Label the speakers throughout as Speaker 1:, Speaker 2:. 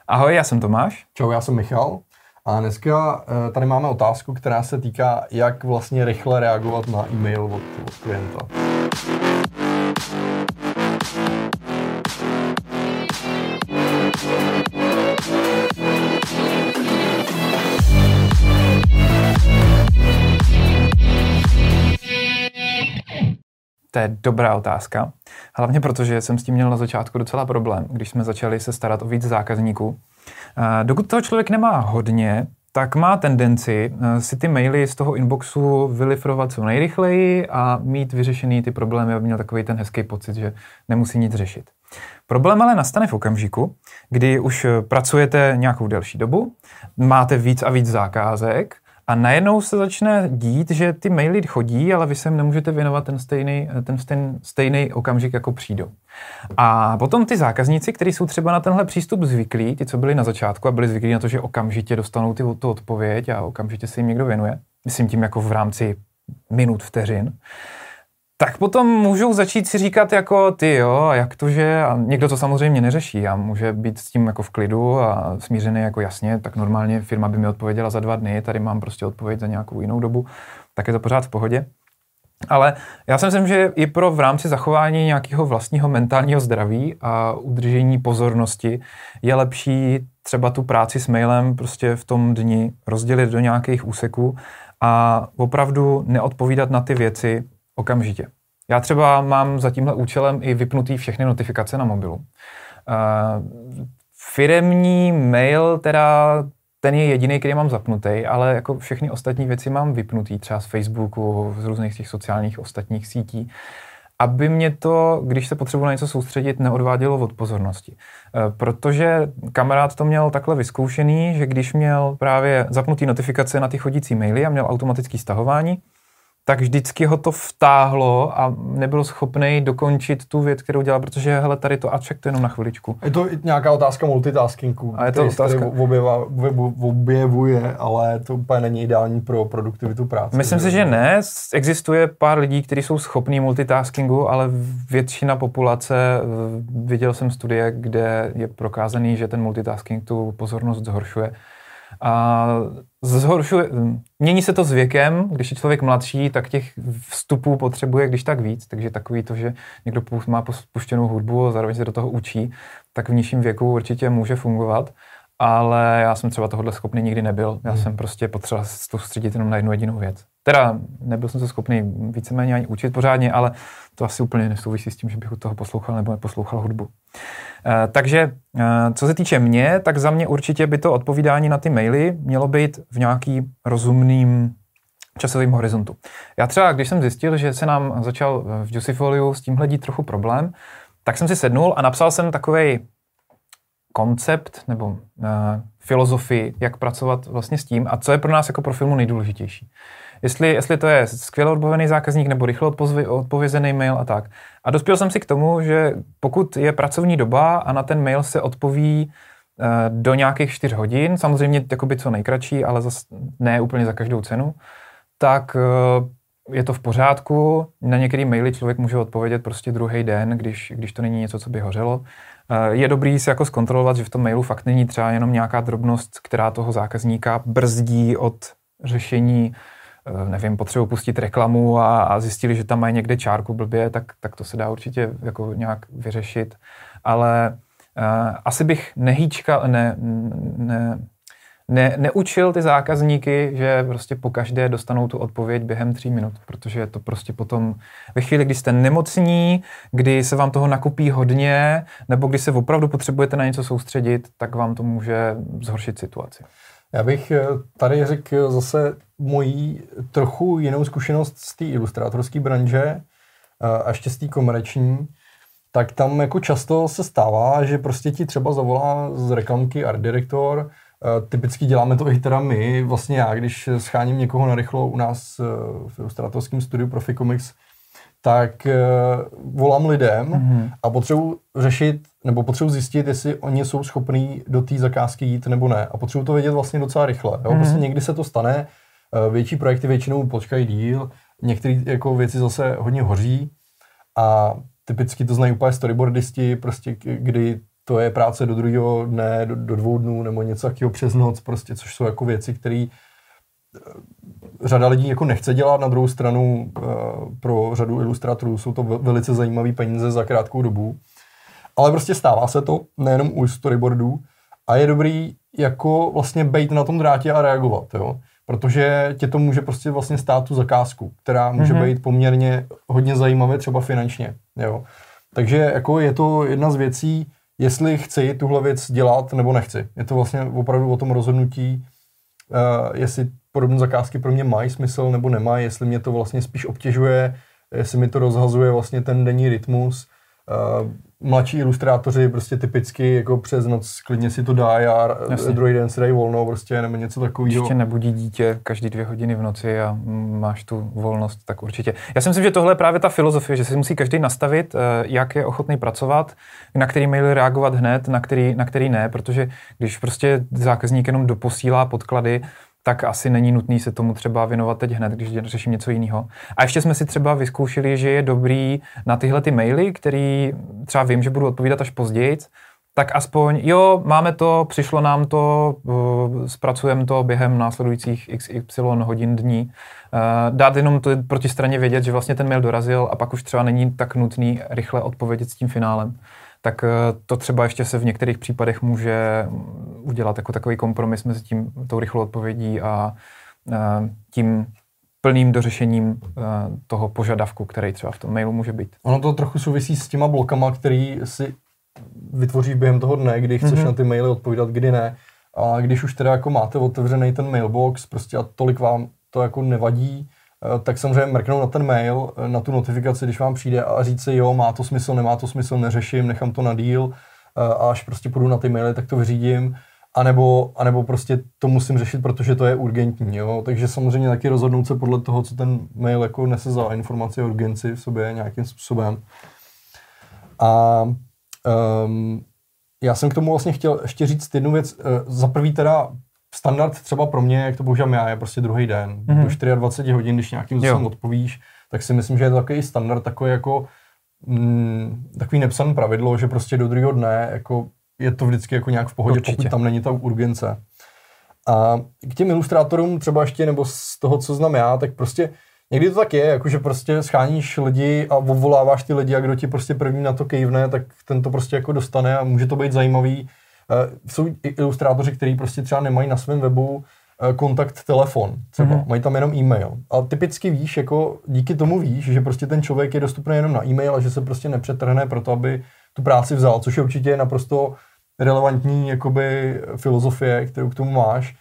Speaker 1: Ahoj, já jsem Tomáš.
Speaker 2: Čau, já jsem Michal. A dneska tady máme otázku, která se týká, jak vlastně rychle reagovat na e-mail od klienta.
Speaker 1: To je dobrá otázka. Hlavně protože jsem s tím měl na začátku docela problém, když jsme začali se starat o víc zákazníků. Dokud toho člověk nemá hodně, tak má tendenci si ty maily z toho inboxu vylifrovat co nejrychleji a mít vyřešený ty problémy, aby měl takový ten hezký pocit, že nemusí nic řešit. Problém ale nastane v okamžiku, kdy už pracujete nějakou delší dobu, máte víc a víc zakázek a najednou se začne dít, že ty maily chodí, ale vy se jim nemůžete věnovat ten stejný okamžik, jako přijdou. A potom ty zákazníci, kteří jsou třeba na tenhle přístup zvyklí, ty, co byli na začátku a byli zvyklí na to, že okamžitě dostanou tu odpověď a okamžitě se jim někdo věnuje, myslím tím jako v rámci minut, vteřin, tak potom můžou začít si říkat jako ty jo, a jak to, že a někdo to samozřejmě neřeší a může být s tím jako v klidu a smířený jako jasně, tak normálně firma by mi odpověděla za 2 dny, tady mám prostě odpověď za nějakou jinou dobu, tak je to pořád v pohodě. Ale já si myslím, že i v rámci zachování nějakého vlastního mentálního zdraví a udržení pozornosti je lepší třeba tu práci s mailem prostě v tom dni rozdělit do nějakých úseků a opravdu neodpovídat na ty věci okamžitě. Já třeba mám za tímhle účelem i vypnutý všechny notifikace na mobilu. Firemní mail teda ten je jediný, který mám zapnutý, ale jako všechny ostatní věci mám vypnutý, třeba z Facebooku, z různých těch sociálních ostatních sítí, aby mě to, když se potřebuji na něco soustředit, neodvádělo od pozornosti. Protože kamarád to měl takhle vyzkoušený, že když měl právě zapnutý notifikace na ty chodící maily a měl automatické stahování, tak vždycky ho to vtáhlo a nebyl schopný dokončit tu věc, kterou dělal, protože hele, tady to check to jenom na chviličku.
Speaker 2: Je to nějaká otázka multitaskingu,
Speaker 1: a je to otázka
Speaker 2: objevuje, ale to úplně není ideální pro produktivitu práce.
Speaker 1: Myslím si, že ne. Existuje pár lidí, kteří jsou schopní multitaskingu, ale většina populace, viděl jsem studie, kde je prokázaný, že ten multitasking tu pozornost zhoršuje. A mění se to s věkem, když je člověk mladší, tak těch vstupů potřebuje když tak víc, takže takový to, že někdo má puštěnou hudbu a zároveň se do toho učí, tak v nižším věku určitě může fungovat, ale já jsem třeba tohohle schopný nikdy nebyl, já jsem prostě potřeboval se soustředit jenom na jednu jedinou věc. Teda nebyl jsem se schopný víceméně ani učit pořádně, ale to asi úplně nesouvisí s tím, že bych u toho poslouchal nebo neposlouchal hudbu. Takže co se týče mě, tak za mě určitě by to odpovídání na ty maily mělo být v nějaký rozumným časovým horizontu. Já třeba, když jsem zjistil, že se nám začal v Juicifoliu s tímhle dít trochu problém, tak jsem si sednul a napsal jsem takovej koncept nebo filozofii, jak pracovat vlastně s tím a co je pro nás jako pro firmu nejdůležitější. Jestli to je skvěle odbavený zákazník nebo rychle odpovězený mail a tak. A dospěl jsem si k tomu, že pokud je pracovní doba a na ten mail se odpoví do nějakých 4 hodin, samozřejmě jakoby co nejkratší, ale zase ne úplně za každou cenu, tak je to v pořádku. Na některé maily člověk může odpovědět prostě druhý den, když to není něco, co by hořelo. Je dobrý si jako zkontrolovat, že v tom mailu fakt není třeba jenom nějaká drobnost, která toho zákazníka brzdí od řešení, nevím, potřebuji pustit reklamu a zjistili, že tam mají někde čárku blbě, tak to se dá určitě jako nějak vyřešit. Ale asi bych neučil ty zákazníky, že prostě pokaždé dostanou tu odpověď během 3 minut, protože je to prostě potom ve chvíli, kdy jste nemocní, kdy se vám toho nakupí hodně, nebo kdy se opravdu potřebujete na něco soustředit, tak vám to může zhoršit situaci.
Speaker 2: Já bych tady řekl zase moji trochu jinou zkušenost z té ilustrátorské branže a ještě z té komerční, tak tam jako často se stává, že prostě ti třeba zavolá z reklamky art direktor. Typicky děláme to i teda my, vlastně já, když scháním někoho narychlo u nás v ilustrátorském studiu Proficomics, tak volám lidem a potřebuji řešit, nebo potřebuji zjistit, jestli oni jsou schopní do té zakázky jít nebo ne. A potřebuji to vědět vlastně docela rychle. Jo? Prostě někdy se to stane, větší projekty většinou počkají díl, některé jako věci zase hodně hoří a typicky to znají úplně storyboardisti, prostě kdy to je práce do druhého dne, do 2 dnů nebo něco takového přes noc, prostě, což jsou jako věci, které řada lidí jako nechce dělat. Na druhou stranu pro řadu ilustrátorů jsou to velice zajímavé peníze za krátkou dobu. Ale prostě stává se to, nejenom u storyboardů, a je dobrý jako vlastně bejt na tom drátě a reagovat, jo. Protože tě to může prostě vlastně stát tu zakázku, která může být poměrně hodně zajímavé třeba finančně, jo. Takže jako je to jedna z věcí, jestli chci tuhle věc dělat nebo nechci. Je to vlastně opravdu o tom rozhodnutí, jestli podobné zakázky pro mě mají smysl nebo nemají, jestli mě to vlastně spíš obtěžuje, jestli mi to rozhazuje vlastně ten denní rytmus. Mladší ilustrátoři prostě typicky jako přes noc klidně si to dají a druhý den si dají volno prostě nebo něco takového.
Speaker 1: Určitě nebudí dítě každý 2 hodiny v noci a máš tu volnost, tak určitě. Já si myslím, že tohle je právě ta filozofie, že si musí každý nastavit, jak je ochotný pracovat, na který mail reagovat hned, na který ne, protože když prostě zákazník jenom doposílá podklady, tak asi není nutný se tomu třeba věnovat teď hned, když řeším něco jiného. A ještě jsme si třeba vyzkoušeli, že je dobrý na tyhle ty maily, který třeba vím, že budu odpovídat až později, tak aspoň, jo, máme to, přišlo nám to, zpracujeme to během následujících XY hodin, dní. Dát jenom to protistraně vědět, že vlastně ten mail dorazil a pak už třeba není tak nutný rychle odpovědět s tím finálem. Tak to třeba ještě se v některých případech může udělat jako takový kompromis mezi tím, tou rychlou odpovědí a tím plným dořešením toho požadavku, který třeba v tom mailu může být.
Speaker 2: Ono to trochu souvisí s těma blokama, který si vytvoříš během toho dne, kdy chceš na ty maily odpovídat, kdy ne. A když už teda jako máte otevřený ten mailbox prostě a tolik vám to jako nevadí, tak samozřejmě mrknout na ten mail, na tu notifikaci, když vám přijde a říct si, jo, má to smysl, nemá to smysl, neřeším, nechám to na díl a až prostě půjdu na ty maily, tak to vyřídím, anebo prostě to musím řešit, protože to je urgentní, jo. Takže samozřejmě taky rozhodnout se podle toho, co ten mail jako nese za informaci o urgenci v sobě nějakým způsobem. A já jsem k tomu vlastně chtěl ještě říct jednu věc. Za prvý teda standard třeba pro mě, jak to používám já, je prostě druhý den. Do 24 hodin, když nějakým způsobem odpovíš, tak si myslím, že je to takový standard, takový jako takový nepsaný pravidlo, že prostě do druhého dne jako je to vždycky jako nějak v pohodě, určitě, pokud tam není ta urgence. A k těm ilustrátorům třeba ještě, nebo z toho, co znám já, tak prostě někdy to tak je, jakože prostě scháníš lidi a obvoláváš ty lidi a kdo ti prostě první na to kejvne, tak ten to prostě jako dostane a může to být zajímavý. Jsou ilustrátoři, kteří prostě třeba nemají na svém webu kontakt telefon, třeba mají tam jenom e-mail. A typicky víš, jako díky tomu víš, že prostě ten člověk je dostupný jenom na e-mail a že se prostě nepřetrhne pro to, aby tu práci vzal, což je určitě naprosto relevantní jakoby filozofie, kterou k tomu máš.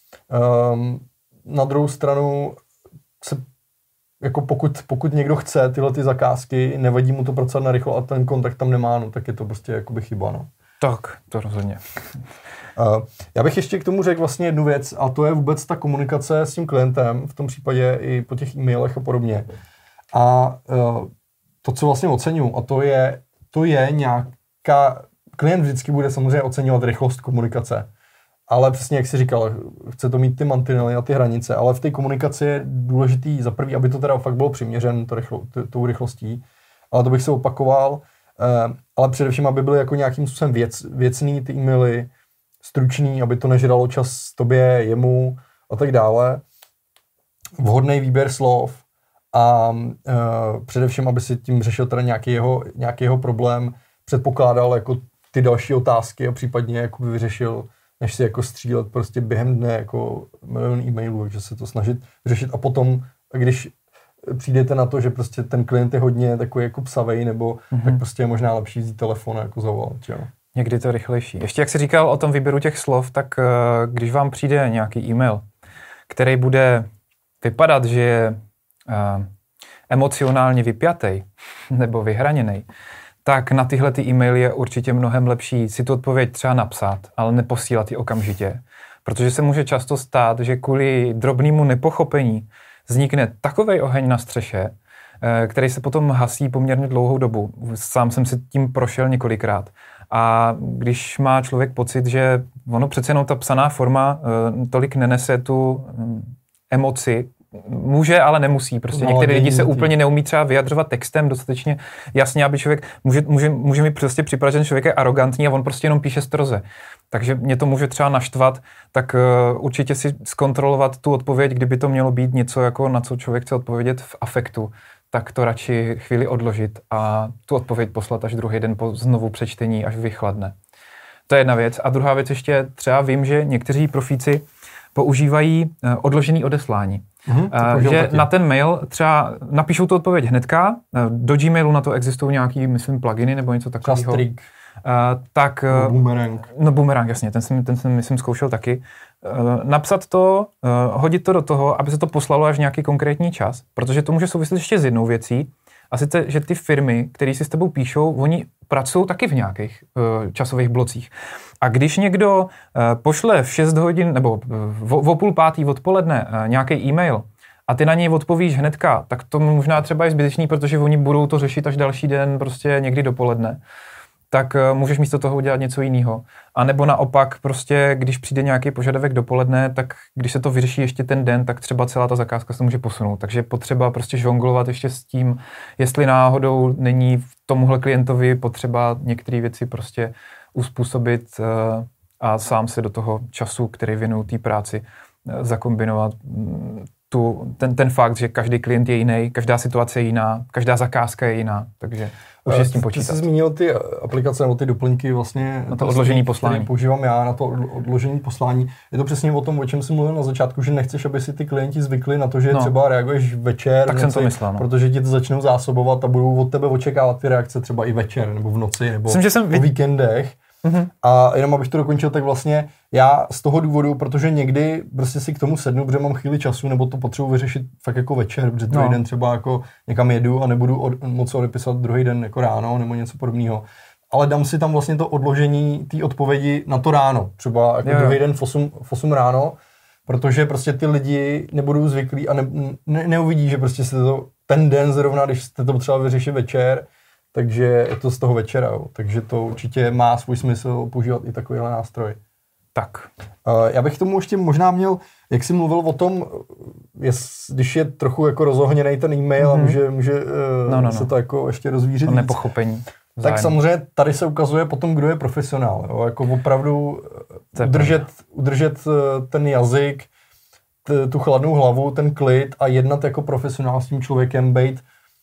Speaker 2: Na druhou stranu se jako pokud někdo chce tyhle ty zakázky, nevadí mu to pracovat narychlo a ten kontakt tam nemá, no, tak je to prostě jakoby chyba, no.
Speaker 1: Tak, to rozhodně.
Speaker 2: Já bych ještě k tomu řekl vlastně jednu věc a to je vůbec ta komunikace s tím klientem, v tom případě i po těch e-mailech a podobně. A to, co vlastně oceňuji, a to je nějaká, klient vždycky bude samozřejmě oceňovat rychlost komunikace, ale přesně jak jsi říkal, chce to mít ty mantinely a ty hranice, ale v té komunikaci je důležitý za prvý, aby to teda fakt bylo přiměřené tou rychlostí, ale to bych se opakoval, ale především, aby byly jako nějakým způsobem věcný ty e-maily, stručný, aby to nežralo čas tobě, jemu a tak dále. Vhodný výběr slov a především, aby si tím řešil teda nějaký jeho problém, předpokládal jako ty další otázky a případně jako by vyřešil, než si jako střílet prostě během dne jako milion e-mailů, takže se to snažit řešit a potom, když přijdete na to, že prostě ten klient je hodně takový jako psavej, nebo tak prostě je možná lepší vzít telefon a jako zavolat, jo.
Speaker 1: Někdy to rychlejší. Ještě jak jsi říkal o tom výběru těch slov, tak když vám přijde nějaký e-mail, který bude vypadat, že je emocionálně vypjatý nebo vyhraněný, tak na tyhle ty e-maily je určitě mnohem lepší si tu odpověď třeba napsat, ale neposílat ji okamžitě. Protože se může často stát, že kvůli drobnému nepochopení vznikne takovej oheň na střeše, který se potom hasí poměrně dlouhou dobu. Sám jsem si tím prošel několikrát. A když má člověk pocit, že ono přece jenom ta psaná forma tolik nenese tu emoci může, ale nemusí. Prostě některé lidi se úplně neumí třeba vyjadřovat textem dostatečně jasně, aby člověk může mi prostě připadat, že ten člověk je arrogantní a on prostě jenom píše stroze. Takže mě to může třeba naštvat, tak určitě si zkontrolovat tu odpověď, kdyby to mělo být něco, jako na co člověk chce odpovědět v afektu, tak to radši chvíli odložit a tu odpověď poslat až druhý den po znovu přečtení, až vychladne. To je jedna věc. A druhá věc ještě, třeba vím, že někteří profíci používají odložený odeslání. Že na ten mail třeba napíšou tu odpověď hnedka, do Gmailu na to existují nějaký, myslím, pluginy nebo něco takového. Tak...
Speaker 2: Boomerang.
Speaker 1: No Boomerang, jasně, ten jsem myslím zkoušel taky. Napsat to, hodit to do toho, aby se to poslalo až nějaký konkrétní čas, protože to může souviset ještě s jednou věcí, a sice, že ty firmy, které si s tebou píšou, oni pracují taky v nějakých časových blocích. A když někdo pošle v 6 hodin nebo o 4:30 odpoledne nějaký e-mail a ty na něj odpovíš hnedka, tak to možná třeba je zbytečný, protože oni budou to řešit až další den, prostě někdy dopoledne. Tak můžeš místo toho udělat něco jiného. A nebo naopak, prostě, když přijde nějaký požadavek dopoledne, tak když se to vyřeší ještě ten den, tak třeba celá ta zakázka se může posunout. Takže je potřeba prostě žonglovat ještě s tím, jestli náhodou není tomuhle klientovi potřeba některé věci prostě uspůsobit a sám se do toho času, který věnují té práci, zakombinovat ten fakt, že každý klient je jiný, každá situace je jiná, každá zakázka je jiná, takže už je s tím počítat.
Speaker 2: Ty jsi zmínil ty aplikace nebo ty doplňky vlastně.
Speaker 1: Na to odložení poslání.
Speaker 2: Používám já na to odložení poslání. Je to přesně o tom, o čem jsem mluvil na začátku, že nechceš, aby si ty klienti zvykli na to, že třeba reaguješ večer,
Speaker 1: tak jsem to myslel,
Speaker 2: protože ti to začnou zásobovat a budou od tebe očekávat ty reakce třeba i večer, nebo v noci, nebo o víkendech. A jenom abych to dokončil, tak vlastně já z toho důvodu, protože někdy prostě si k tomu sednu, protože mám chvíli času, nebo to potřebuji vyřešit fakt jako večer, protože druhý den třeba jako někam jedu a nebudu moc odepisovat druhý den jako ráno nebo něco podobného. Ale dám si tam vlastně to odložení té odpovědi na to ráno, třeba jako druhý den v 8 ráno, protože prostě ty lidi nebudou zvyklí a neuvidí, že prostě se to ten den zrovna, když jste to potřeba vyřešit večer, takže je to z toho večera, jo. Takže to určitě má svůj smysl používat i takovýhle nástroj.
Speaker 1: Tak.
Speaker 2: Já bych tomu ještě možná měl, jak jsi mluvil o tom, když je trochu jako rozohněnej ten e-mail a může se to jako ještě rozvířit.
Speaker 1: To nepochopení.
Speaker 2: Tak samozřejmě tady se ukazuje potom, kdo je profesionál. Jo. Jako opravdu udržet ten jazyk, tu chladnou hlavu, ten klid a jednat jako profesionál s tím člověkem, být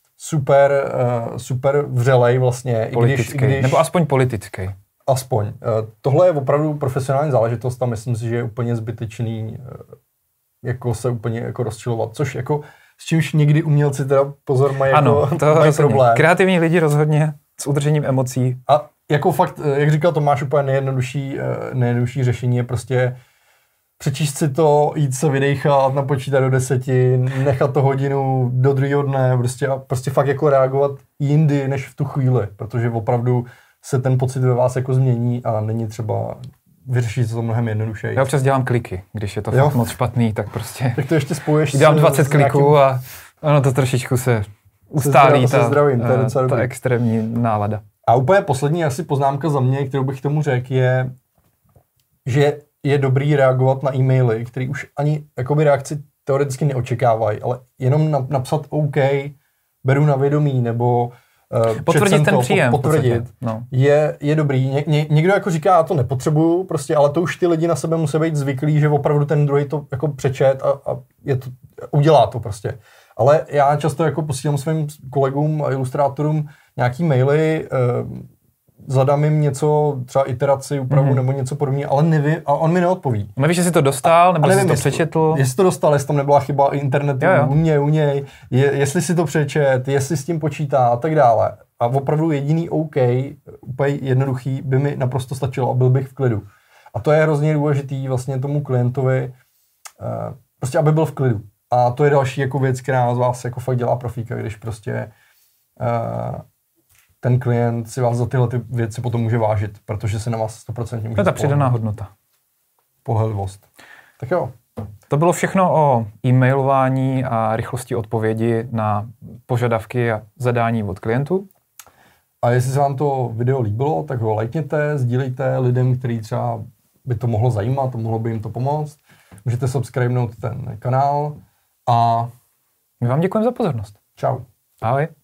Speaker 2: super vřelej vlastně.
Speaker 1: Politický, i když, nebo aspoň politický.
Speaker 2: Aspoň. Tohle je opravdu profesionální záležitost a myslím si, že je úplně zbytečný jako se úplně jako rozčilovat, což jako s čímž někdy umělci teda pozor mají mají problém.
Speaker 1: Kreativní lidi rozhodně s udržením emocí.
Speaker 2: A jako fakt, jak říkal Tomáš, úplně nejjednodušší řešení je prostě přečíst si to, jít se vydejchat, napočítat do 10, nechat to hodinu do druhého dne, prostě fakt jako reagovat jindy než v tu chvíli, protože opravdu se ten pocit ve vás jako změní a není třeba vyřešit to mnohem jednodušeji.
Speaker 1: Já občas dělám kliky, když je to fakt moc špatný, tak prostě...
Speaker 2: Tak to ještě spoješ
Speaker 1: dělám 20 kliků a ono to trošičku se ustálí ta extrémní nálada.
Speaker 2: A úplně poslední asi poznámka za mě, kterou bych k tomu řekl, je, že je dobrý reagovat na e-maily, který už ani jakoby reakci teoreticky neočekávají, ale jenom napsat OK, beru na vědomí, nebo
Speaker 1: potvrdit ten příjem.
Speaker 2: Potvrdit.
Speaker 1: No.
Speaker 2: Je dobrý. Někdo jako říká, já to nepotřebuju, prostě, ale to už ty lidi na sebe musí být zvyklí, že opravdu ten druhý to jako přečet a udělá to prostě. Ale já často jako posílám svým kolegům a ilustrátorům nějaký maily, zadám jim něco, třeba iteraci, úpravu nebo něco podobného, ale nevím, a on mi neodpoví.
Speaker 1: Nevíš, jestli to dostal, nebo jsi to přečetl?
Speaker 2: Jestli to dostal, jestli tam nebyla chyba internetu u něj, jestli si to přečet, jestli s tím počítá a tak dále. A opravdu jediný OK, úplně jednoduchý, by mi naprosto stačilo a byl bych v klidu. A to je hrozně důležitý vlastně tomu klientovi, prostě aby byl v klidu. A to je další jako věc, která z vás jako fakt dělá profíka, když prostě ten klient si vás za tyhle ty věci potom může vážit, protože se na vás 100% může.
Speaker 1: To je ta přidaná hodnota.
Speaker 2: Pohledvost. Tak jo.
Speaker 1: To bylo všechno o e-mailování a rychlosti odpovědi na požadavky a zadání od klientů.
Speaker 2: A jestli se vám to video líbilo, tak ho lajkněte, sdílejte lidem, který třeba by to mohlo zajímat, mohlo by jim to pomoct. Můžete subscribenout ten kanál A
Speaker 1: my vám děkujeme za pozornost.
Speaker 2: čau.
Speaker 1: Ahoj.